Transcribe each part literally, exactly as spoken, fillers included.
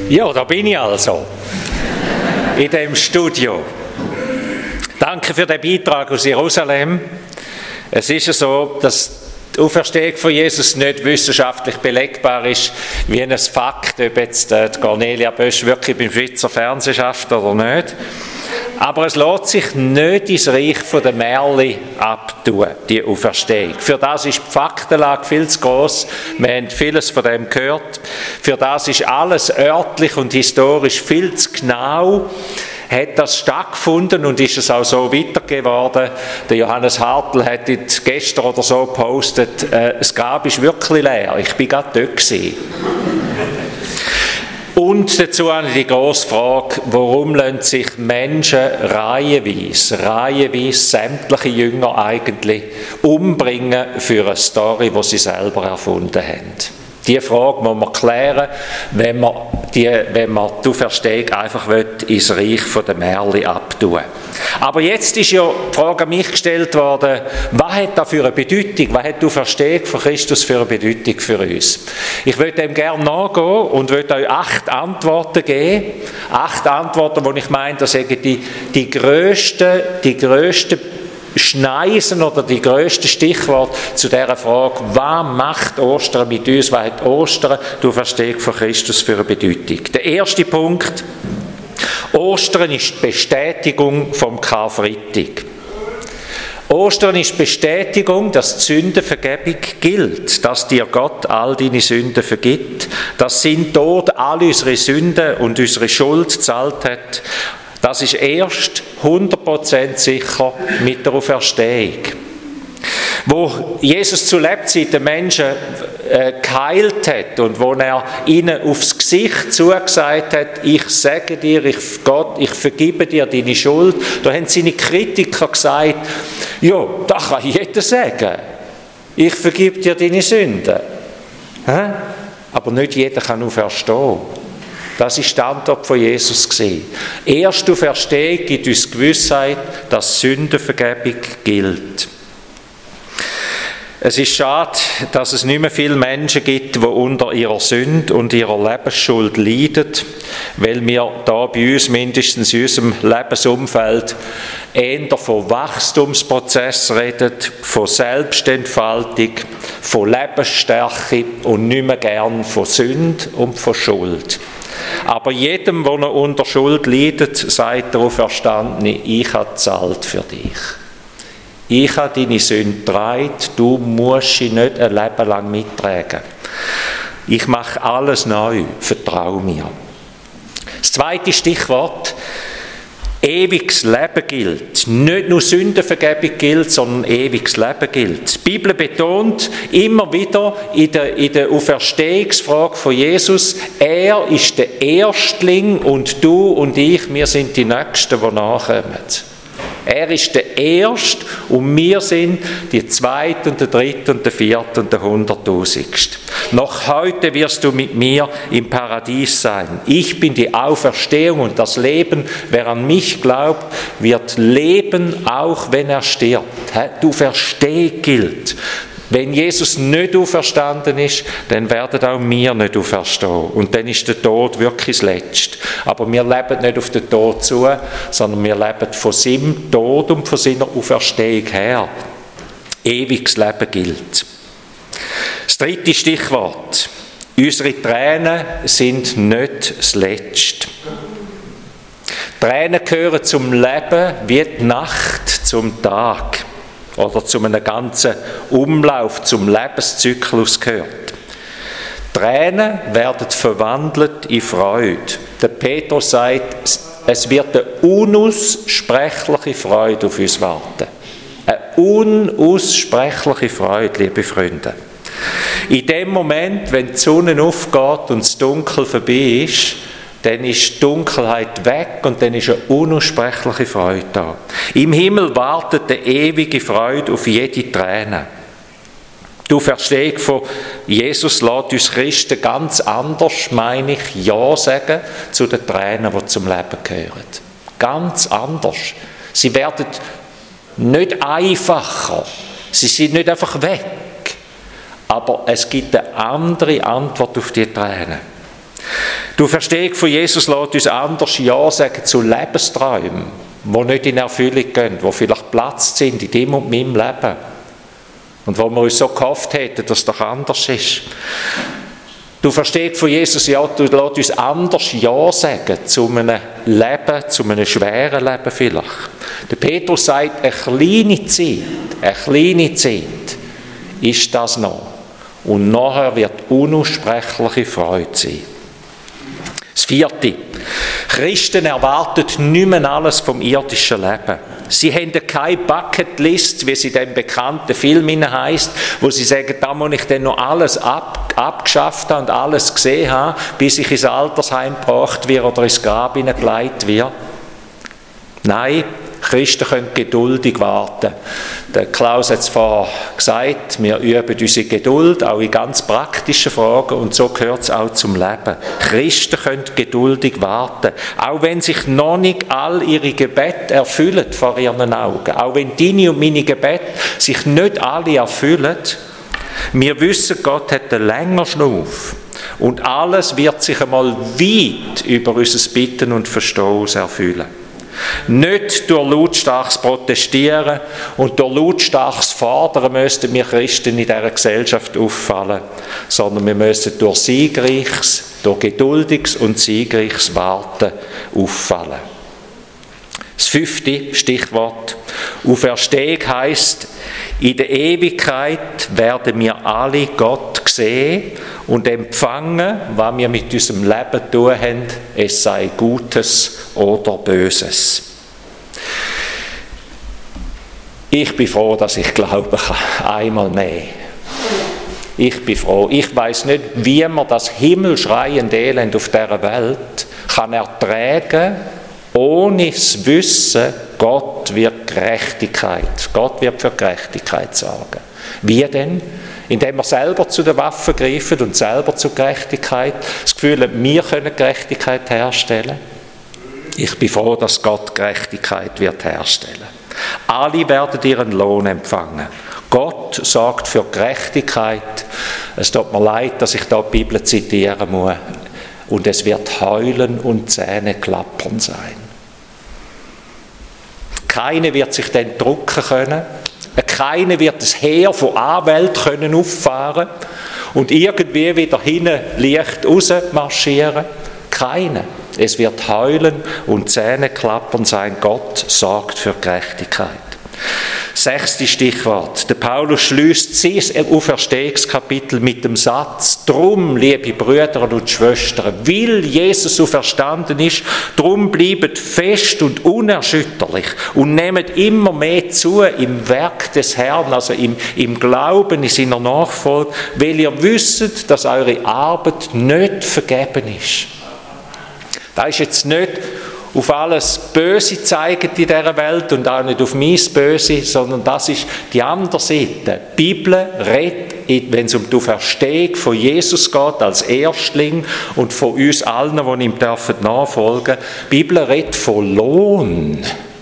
Ja, da bin ich also, in dem Studio. Danke für den Beitrag aus Jerusalem. Es ist ja so, dass die Auferstehung von Jesus nicht wissenschaftlich belegbar ist, wie ein Fakt, ob jetzt die Cornelia Bösch wirklich beim Schweizer Fernsehen schafft oder nicht. Aber es lässt sich nicht ins Reich der Märchen abtun, die Auferstehung. Für das ist die Faktenlage viel zu gross. Wir haben vieles von dem gehört. Für das ist alles örtlich und historisch viel zu genau. Hat das stattgefunden und ist es auch so weitergegeben worden. Der Johannes Hartl hat jetzt gestern oder so gepostet, äh, das Grab ist wirklich leer. Ich bin gerade dort gewesen. Und dazu die grosse Frage, warum lassen sich Menschen reihenweise, reihenweise sämtliche Jünger eigentlich umbringen für eine Story, die sie selber erfunden haben? Diese Frage muss man klären, wenn man die, wenn man die Auferstehung einfach ins Reich der Märchen abtun will. Aber jetzt ist ja die Frage an mich gestellt worden, was hat das für eine Bedeutung? Was hat die Auferstehung von Christus für eine Bedeutung für uns? Ich würde dem gerne nachgehen und würde euch acht Antworten geben. Acht Antworten, wo ich meine, das sind die, die grössten, die grössten Schneisen oder die grössten Stichworte zu dieser Frage, was macht Ostern mit uns, was hat Ostern, die Auferstehung von Christus für eine Bedeutung? Der erste Punkt, Ostern ist die Bestätigung vom Karfreitag. Ostern ist die Bestätigung, dass die Sündenvergebung gilt, dass dir Gott all deine Sünden vergibt, dass sein Tod all unsere Sünden und unsere Schuld gezahlt hat. Das ist erst hundert Prozent sicher mit der Auferstehung. Wo Jesus zu Lebzeiten Menschen äh, geheilt hat und wo er ihnen aufs Gesicht zugesagt hat, ich sage dir, ich, Gott, ich vergebe dir deine Schuld, da haben seine Kritiker gesagt, ja, das kann jeder sagen, ich vergebe dir deine Sünden. Hä? Aber nicht jeder kann auferstehen. Das war die Antwort von Jesus. Erst die Auferstehung gibt uns die Gewissheit, dass Sündenvergebung gilt. Es ist schade, dass es nicht mehr viele Menschen gibt, die unter ihrer Sünde und ihrer Lebensschuld leiden, weil wir da bei uns, mindestens in unserem Lebensumfeld, eher von Wachstumsprozessen reden, von Selbstentfaltung, von Lebensstärke und nicht mehr gern von Sünde und von Schuld. Aber jedem, der noch unter Schuld leidet, sagt der Auferstandene, ich habe gezahlt für dich. Ich habe deine Sünde getragen, du musst sie nicht ein Leben lang mittragen. Ich mache alles neu, vertraue mir. Das zweite Stichwort, ewiges Leben gilt. Nicht nur Sündenvergebung gilt, sondern ewiges Leben gilt. Die Bibel betont immer wieder in der, in der Auferstehungsfrage von Jesus, er ist der Erstling und du und ich, wir sind die Nächsten, die nachkommen. Er ist der Erste und wir sind die Zweite und der Dritte und der Vierte und der Hunderttausendste. Noch heute wirst du mit mir im Paradies sein. Ich bin die Auferstehung und das Leben. Wer an mich glaubt, wird leben, auch wenn er stirbt. Die Auferstehung gilt. Wenn Jesus nicht auferstanden ist, dann werden auch wir nicht auferstehen. Und dann ist der Tod wirklich das Letzte. Aber wir leben nicht auf den Tod zu, sondern wir leben von seinem Tod und von seiner Auferstehung her. Ewiges Leben gilt. Das dritte Stichwort. Unsere Tränen sind nicht das Letzte. Tränen gehören zum Leben wie die Nacht zum Tag. Oder zu einem ganzen Umlauf, zum Lebenszyklus gehört. Tränen werden verwandelt in Freude. Der Petrus sagt, es wird eine unaussprechliche Freude auf uns warten. Eine unaussprechliche Freude, liebe Freunde. In dem Moment, wenn die Sonne aufgeht und das Dunkel vorbei ist, dann ist die Dunkelheit weg und dann ist eine unaussprechliche Freude da. Im Himmel wartet eine ewige Freude auf jede Träne. Die Auferstehung von Jesus lässt uns Christen ganz anders, meine ich, Ja sagen zu den Tränen, die zum Leben gehören. Ganz anders. Sie werden nicht einfacher. Sie sind nicht einfach weg. Aber es gibt eine andere Antwort auf die Tränen. Die Auferstehung von Jesus lässt uns anders Ja sagen zu Lebensträumen, die nicht in Erfüllung gehen, die vielleicht Platz sind in dem und meinem Leben. Und wo wir uns so gehofft hätten, dass es doch anders ist. Die Auferstehung von Jesus ja, lässt uns anders Ja sagen zu einem Leben, zu einem schweren Leben vielleicht. Der Petrus sagt, eine kleine Zeit, eine kleine Zeit ist das noch. Und nachher wird unaussprechliche Freude sein. Das vierte. Christen erwarten nicht mehr alles vom irdischen Leben. Sie haben keine Bucketlist, wie sie in dem bekannten Film heisst, wo sie sagen, da muss ich dann noch alles ab, abgeschafft haben und alles gesehen haben, bis ich ins Altersheim gebracht werde oder ins Grab hineingelegt werde. Nein, Christen können geduldig warten. Der Klaus hat es vorher gesagt, wir üben unsere Geduld, auch in ganz praktischen Fragen, und so gehört es auch zum Leben. Christen können geduldig warten, auch wenn sich noch nicht all ihre Gebete erfüllen vor ihren Augen, auch wenn deine und meine Gebete sich nicht alle erfüllen. Wir wissen, Gott hat einen längeren Schnuff und alles wird sich einmal weit über unser Bitten und Verstehen erfüllen. Nicht durch lautstarkes Protestieren und durch lautstarkes Fordern müssten wir Christen in dieser Gesellschaft auffallen, sondern wir müssen durch siegreiches, durch geduldiges und siegreiches Warten auffallen. Das fünfte Stichwort. Auferstehung heisst, in der Ewigkeit werden wir alle Gott sehen und empfangen, was wir mit unserem Leben tun haben, es sei Gutes oder Böses. Ich bin froh, dass ich glauben kann, einmal mehr. Ich bin froh. Ich weiss nicht, wie man das himmelschreiende Elend auf dieser Welt kann ertragen, ohne das Wissen, Gott wird Gerechtigkeit, Gott wird für Gerechtigkeit sorgen. Wie denn? Indem wir selber zu den Waffen greifen und selber zur Gerechtigkeit das Gefühl haben, wir können Gerechtigkeit herstellen. Ich bin froh, dass Gott Gerechtigkeit wird herstellen. Alle werden ihren Lohn empfangen. Gott sorgt für Gerechtigkeit. Es tut mir leid, dass ich da die Bibel zitieren muss. Und es wird Heulen und Zähne klappern sein. Keiner wird sich dann drucken können. Keiner wird das Heer von Anwälten können auffahren und irgendwie wieder hinten leicht rausmarschieren. Keiner. Es wird Heulen und Zähne klappern sein. Gott sorgt für Gerechtigkeit. Sechstes Stichwort. Der Paulus schließt sein Auferstehungskapitel mit dem Satz: Drum, liebe Brüder und Schwestern, weil Jesus auferstanden ist, drum bleibt fest und unerschütterlich und nehmt immer mehr zu im Werk des Herrn, also im, im Glauben, in seiner Nachfolge, weil ihr wisst, dass eure Arbeit nicht vergeben ist. Das ist jetzt nicht auf alles Böse zeigen in dieser Welt und auch nicht auf mein Böse, sondern das ist die andere Seite. Die Bibel redet, wenn es um die Auferstehung von Jesus geht, als Erstling und von uns allen, die ihm nachfolgen dürfen, die Bibel redet von Lohn.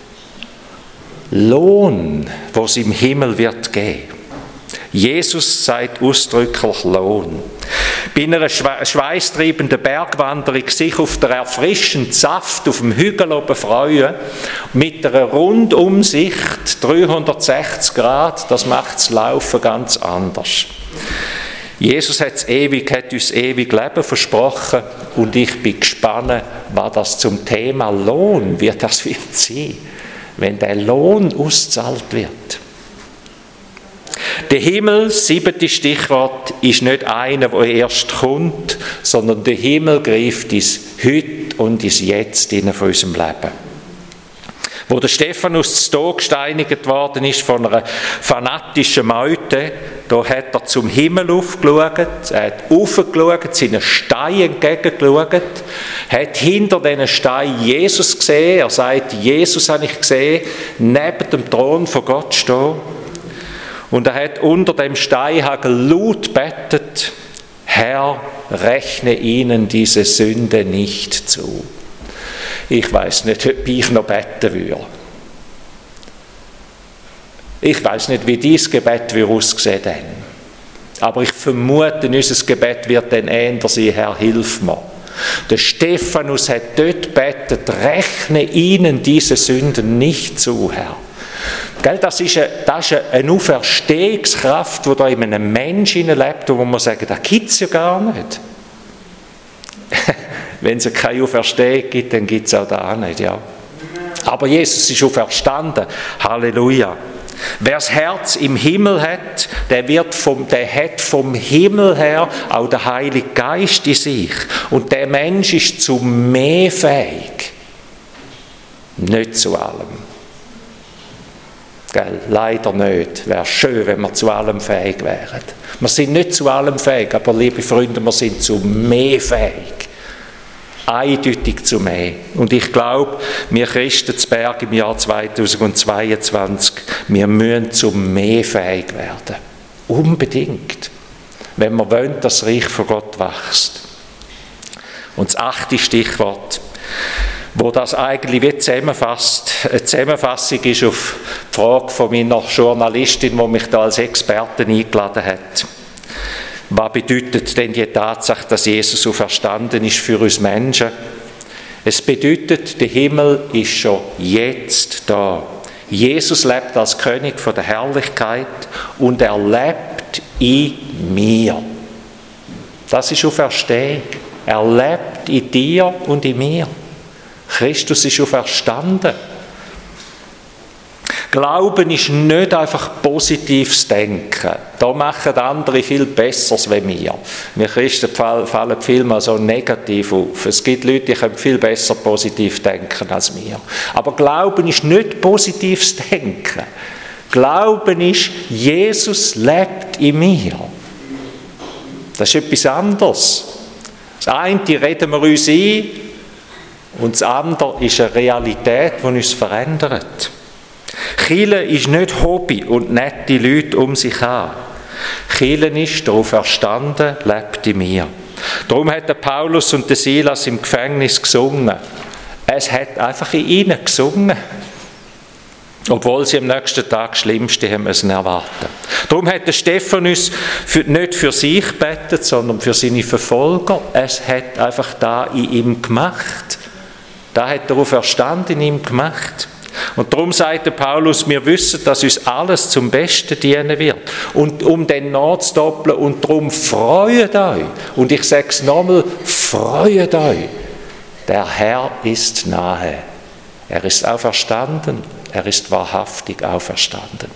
Lohn, was es im Himmel wird geben. Jesus sagt ausdrücklich Lohn. Bei einer schweißtreibenden Bergwanderung sich auf der erfrischenden Saft auf dem Hügel oben freuen, mit einer Rundumsicht, dreihundertsechzig Grad, das macht das Laufen ganz anders. Jesus hat, ewig, hat uns ewig Leben versprochen und ich bin gespannt, was das zum Thema Lohn, wie das wird sein, wenn der Lohn ausgezahlt wird. Der Himmel, das siebte Stichwort, ist nicht einer, der erst kommt, sondern der Himmel greift ins Heute und ins Jetzt in von unserem Leben. Wo der Stephanus zu Tod gesteinigt worden ist von einer fanatischen Meute, da hat er zum Himmel aufgeschaut, er hat aufgeschaut, seinen Stein entgegengeschaut, hat hinter diesen Stein Jesus gesehen, er sagt, Jesus habe ich gesehen, neben dem Thron von Gott stehen. Und er hat unter dem Steinhagel laut betet: Herr, rechne ihnen diese Sünde nicht zu. Ich weiß nicht, ob ich noch beten würde. Ich weiß nicht, wie dieses Gebet aussehen würde. Aber ich vermute, unser Gebet wird dann ähnlich sein: Herr, hilf mir. Der Stephanus hat dort gebetet, rechne ihnen diese Sünden nicht zu, Herr. Gell, das ist eine, das ist eine Auferstehungskraft, die da in einem Menschen lebt, wo man sagt, das gibt es ja gar nicht. Wenn es keine Auferstehung gibt, dann gibt es auch da nicht, ja. Aber Jesus ist auferstanden. Halleluja. Wer das Herz im Himmel hat, der, wird vom, der hat vom Himmel her auch den Heiligen Geist in sich. Und der Mensch ist zu mehr fähig. Nicht zu allem. Gell? Leider nicht. Wäre schön, wenn wir zu allem fähig wären. Wir sind nicht zu allem fähig, aber liebe Freunde, wir sind zu mehr fähig. Eindeutig zu mehr. Und ich glaube, wir Christen zu Berg im Jahr zweitausendzweiundzwanzig, wir müssen zu mehr fähig werden. Unbedingt. Wenn wir wollen, dass das Reich von Gott wächst. Und das achte Stichwort, wo das eigentlich wie zusammenfasst, eine Zusammenfassung ist auf die Frage von meiner Journalistin, die mich da als Experten eingeladen hat. Was bedeutet denn die Tatsache, dass Jesus auferstanden ist für uns Menschen? Es bedeutet, der Himmel ist schon jetzt da. Jesus lebt als König von der Herrlichkeit und er lebt in mir. Das ist Auferstehung. Er lebt in dir und in mir. Christus ist auferstanden. Glauben ist nicht einfach positives Denken. Da machen andere viel Besseres als wir. Wir Christen fallen viel mal so negativ auf. Es gibt Leute, die können viel besser positiv denken als wir. Aber Glauben ist nicht positives Denken. Glauben ist, Jesus lebt in mir. Das ist etwas anderes. Das eine reden wir uns ein und das andere ist eine Realität, die uns verändert. Kirche ist nicht Hobby und nette Leute um sich her. Kirche ist darauf erstanden, lebt in mir. Darum hat der Paulus und der Silas im Gefängnis gesungen. Es hat einfach in ihnen gesungen. Obwohl sie am nächsten Tag das Schlimmste haben müssen erwarten. Darum hat der Stephanus für, nicht für sich gebetet, sondern für seine Verfolger. Es hat einfach da in ihm gemacht. Da hat er auf Erstand in ihm gemacht. Und darum sagt der Paulus, wir wissen, dass uns alles zum Besten dienen wird. Und um den nachzudoppeln, und darum freut euch. Und ich sage es nochmal, freut euch. Der Herr ist nahe. Er ist auferstanden. Er ist wahrhaftig auferstanden.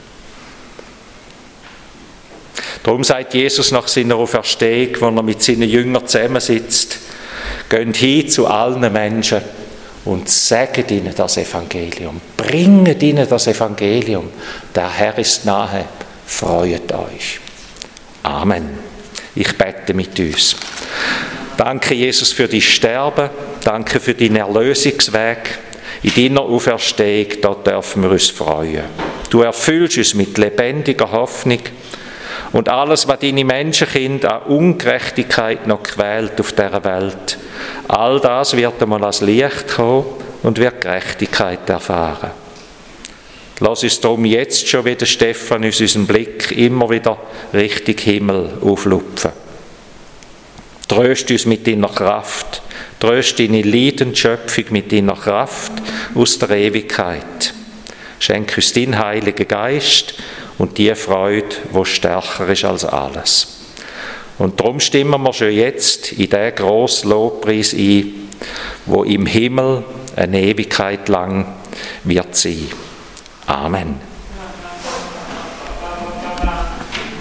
Darum sagt Jesus nach seiner Auferstehung, wo er mit seinen Jüngern zusammensitzt, geht hin zu allen Menschen und sagt ihnen das Evangelium. Bringt ihnen das Evangelium. Der Herr ist nahe. Freut euch. Amen. Ich bete mit uns. Danke, Jesus, für dein Sterben. Danke für deinen Erlösungsweg. In deiner Auferstehung, da dürfen wir uns freuen. Du erfüllst uns mit lebendiger Hoffnung und alles, was deine Menschenkinder an Ungerechtigkeit noch quält auf dieser Welt, all das wird einmal als Licht kommen und wird Gerechtigkeit erfahren. Lass uns darum jetzt schon wieder, Stephan, uns unseren Blick immer wieder Richtung Himmel auflupfen. Tröst uns mit deiner Kraft. Tröst deine leidende Schöpfung mit deiner Kraft aus der Ewigkeit. Schenk uns deinen Heiligen Geist und die Freude, die stärker ist als alles. Und darum stimmen wir schon jetzt in diesen grossen Lobpreis ein, wo im Himmel eine Ewigkeit lang wird sein. Amen.